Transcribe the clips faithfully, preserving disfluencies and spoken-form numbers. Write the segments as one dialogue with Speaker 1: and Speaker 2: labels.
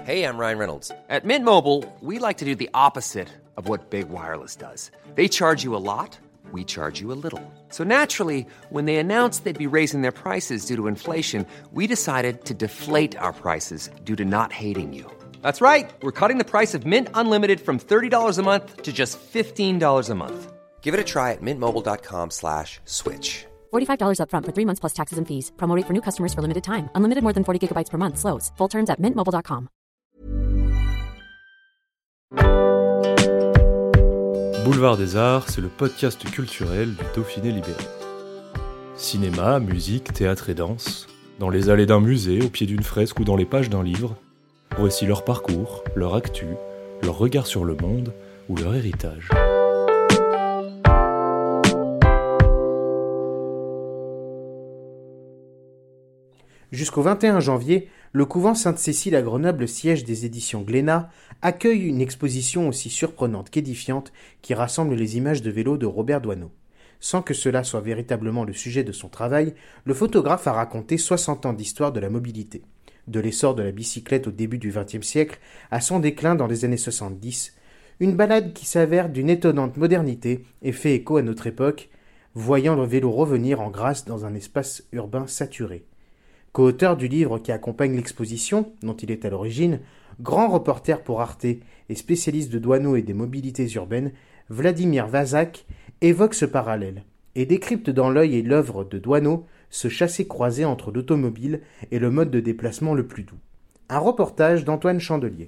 Speaker 1: Hey, I'm Ryan Reynolds. At Mint Mobile, we like to do the opposite of what Big Wireless does. They charge you a lot, we charge you a little. So naturally, when they announced they'd be raising their prices due to inflation, we decided to deflate our prices due to not hating you. That's right. We're cutting the price of Mint Unlimited from thirty dollars a month to just fifteen dollars a month. Give it a try at mintmobile.com slash switch.
Speaker 2: forty-five dollars up front for three months plus taxes and fees. Promo rate for new customers for limited time. Unlimited more than forty gigabytes per month. Slows full terms at mint mobile dot com.
Speaker 3: Boulevard des Arts, c'est le podcast culturel du Dauphiné libéré. Cinéma, musique, théâtre et danse, dans les allées d'un musée, au pied d'une fresque ou dans les pages d'un livre, voici leur parcours, leur actu, leur regard sur le monde ou leur héritage.
Speaker 4: Jusqu'au vingt et un janvier, le couvent Sainte-Cécile à Grenoble, siège des éditions Glénat, accueille une exposition aussi surprenante qu'édifiante qui rassemble les images de vélo de Robert Doisneau. Sans que cela soit véritablement le sujet de son travail, le photographe a raconté soixante ans d'histoire de la mobilité. De l'essor de la bicyclette au début du vingtième siècle à son déclin dans les années soixante-dix, une balade qui s'avère d'une étonnante modernité et fait écho à notre époque, voyant le vélo revenir en grâce dans un espace urbain saturé. Co-auteur du livre qui accompagne l'exposition, dont il est à l'origine, grand reporter pour Arte et spécialiste de Doisneau et des mobilités urbaines, Vladimir Vazak évoque ce parallèle et décrypte dans l'œil et l'œuvre de Doisneau ce chassé-croisé entre l'automobile et le mode de déplacement le plus doux. Un reportage d'Antoine Chandelier.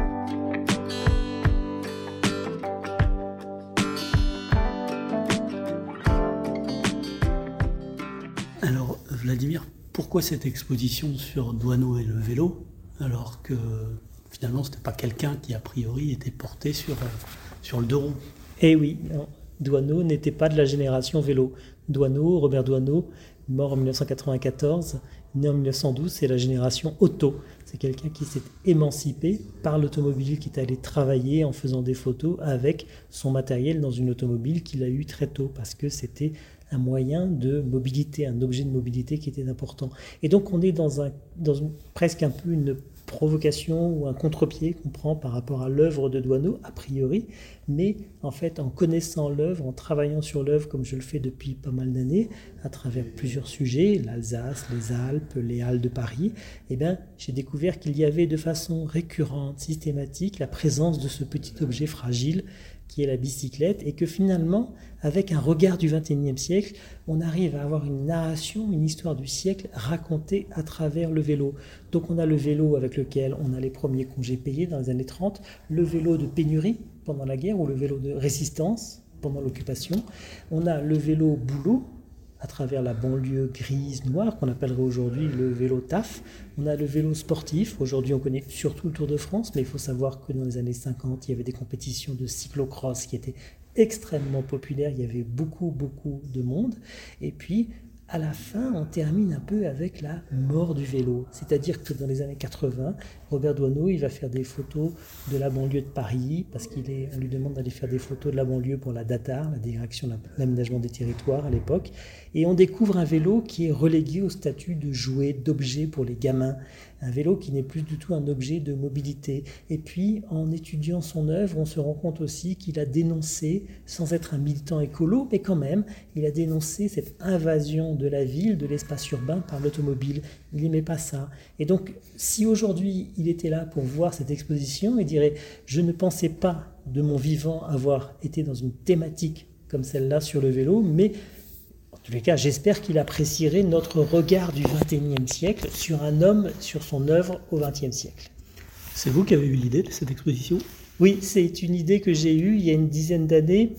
Speaker 5: Alors, Vladimir, pourquoi cette exposition sur Doisneau et le vélo, alors que finalement, ce n'était pas quelqu'un qui, a priori, était porté sur, sur le deux roues ?
Speaker 6: Eh oui, non. Doisneau n'était pas de la génération vélo. Doisneau, Robert Doisneau, mort en dix-neuf cent quatre-vingt-quatorze, né en dix-neuf cent douze, c'est la génération auto. C'est quelqu'un qui s'est émancipé par l'automobile, qui est allé travailler en faisant des photos avec son matériel dans une automobile qu'il a eu très tôt, parce que c'était un moyen de mobilité, un objet de mobilité qui était important. Et donc on est dans, un, dans une, presque un peu une provocation ou un contre-pied qu'on prend par rapport à l'œuvre de Doisneau, a priori, mais en fait en connaissant l'œuvre, en travaillant sur l'œuvre comme je le fais depuis pas mal d'années, à travers plusieurs sujets, l'Alsace, les Alpes, les Halles de Paris, eh bien, j'ai découvert qu'il y avait de façon récurrente, systématique, la présence de ce petit objet fragile qui est la bicyclette, et que finalement, avec un regard du vingt et unième siècle, on arrive à avoir une narration, une histoire du siècle racontée à travers le vélo. Donc on a le vélo avec lequel on a les premiers congés payés dans les années trente, le vélo de pénurie pendant la guerre, ou le vélo de résistance pendant l'occupation. On a le vélo boulot, à travers la banlieue grise, noire, qu'on appellerait aujourd'hui le vélo T A F. On a le vélo sportif. Aujourd'hui, on connaît surtout le Tour de France, mais il faut savoir que dans les années cinquante, il y avait des compétitions de cyclocross qui étaient extrêmement populaires. Il y avait beaucoup, beaucoup de monde. Et puis, à la fin, on termine un peu avec la mort du vélo. C'est-à-dire que dans les années quatre-vingts, Robert Doisneau, il va faire des photos de la banlieue de Paris, parce qu'on lui demande d'aller faire des photos de la banlieue pour la DATAR, la Direction de l'aménagement des territoires à l'époque. Et on découvre un vélo qui est relégué au statut de jouet, d'objet pour les gamins. Un vélo qui n'est plus du tout un objet de mobilité. Et puis, en étudiant son œuvre, on se rend compte aussi qu'il a dénoncé, sans être un militant écolo, mais quand même, il a dénoncé cette invasion de la ville, de l'espace urbain par l'automobile. Il n'aimait pas ça. Et donc, si aujourd'hui, il était là pour voir cette exposition, il dirait « Je ne pensais pas de mon vivant avoir été dans une thématique comme celle-là sur le vélo, mais en tous les cas, j'espère qu'il apprécierait notre regard du vingt et unième siècle sur un homme, sur son œuvre au vingtième siècle. »
Speaker 5: C'est vous qui avez eu l'idée de cette exposition ?
Speaker 6: Oui, c'est une idée que j'ai eue il y a une dizaine d'années,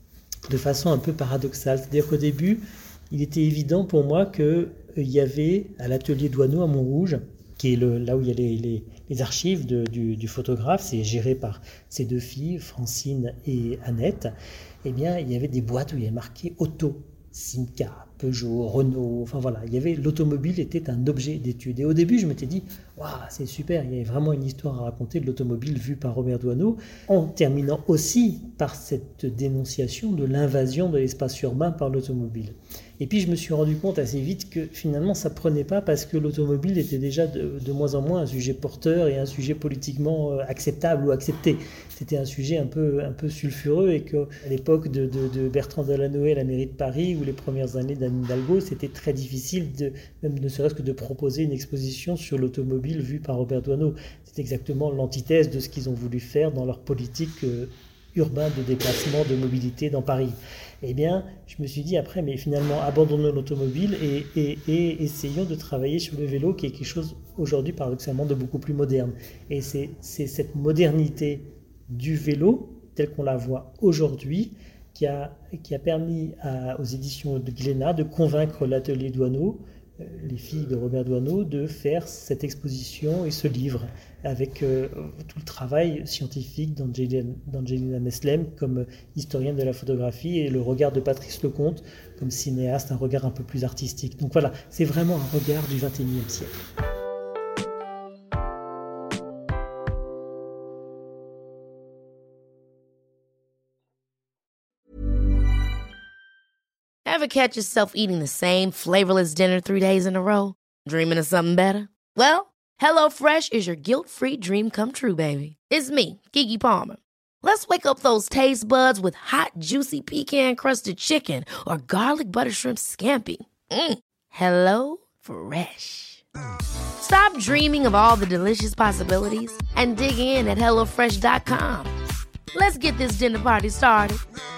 Speaker 6: de façon un peu paradoxale. C'est-à-dire qu'au début, il était évident pour moi qu'il euh, y avait à l'atelier Doisneau à Montrouge, qui est le, là où il y a les, les, les archives de, du, du photographe, c'est géré par ses deux filles, Francine et Annette, eh bien, il y avait des boîtes où il y avait marqué « Auto ». Simca, Peugeot, Renault, enfin voilà, il y avait, l'automobile était un objet d'étude. Et au début, je m'étais dit, waouh, c'est super, il y avait vraiment une histoire à raconter de l'automobile vue par Robert Doisneau, en terminant aussi par cette dénonciation de l'invasion de l'espace urbain par l'automobile. Et puis je me suis rendu compte assez vite que finalement ça prenait pas parce que l'automobile était déjà de, de moins en moins un sujet porteur et un sujet politiquement acceptable ou accepté. C'était un sujet un peu, un peu sulfureux et qu'à l'époque de, de, de Bertrand Delanoë à la mairie de Paris ou les premières années d'Anne Hidalgo, c'était très difficile, de, même ne serait-ce que de proposer une exposition sur l'automobile vue par Robert Doisneau. C'est exactement l'antithèse de ce qu'ils ont voulu faire dans leur politique euh, urbaine de déplacement, de mobilité dans Paris. Eh bien, je me suis dit après, mais finalement, abandonnons l'automobile et, et, et essayons de travailler sur le vélo, qui est quelque chose aujourd'hui, paradoxalement, de beaucoup plus moderne. Et c'est, c'est cette modernité du vélo, telle qu'on la voit aujourd'hui, qui a, qui a permis à, aux éditions de Glénat de convaincre l'atelier Doisneau, euh, les filles de Robert Doisneau, de faire cette exposition et ce livre, avec euh, tout le travail scientifique d'Angelina, d'Angelina Meslem comme historienne de la photographie et le regard de Patrice Lecomte comme cinéaste, un regard un peu plus artistique. Donc voilà, c'est vraiment un regard du vingt et unième siècle.
Speaker 7: Ever catch yourself eating the same flavorless dinner three days in a row? Dreaming of something better? Well, HelloFresh is your guilt-free dream come true, baby. It's me, Keke Palmer. Let's wake up those taste buds with hot, juicy pecan-crusted chicken or garlic butter shrimp scampi. Mm. Hello Fresh. Stop dreaming of all the delicious possibilities and dig in at hello fresh dot com. Let's get this dinner party started.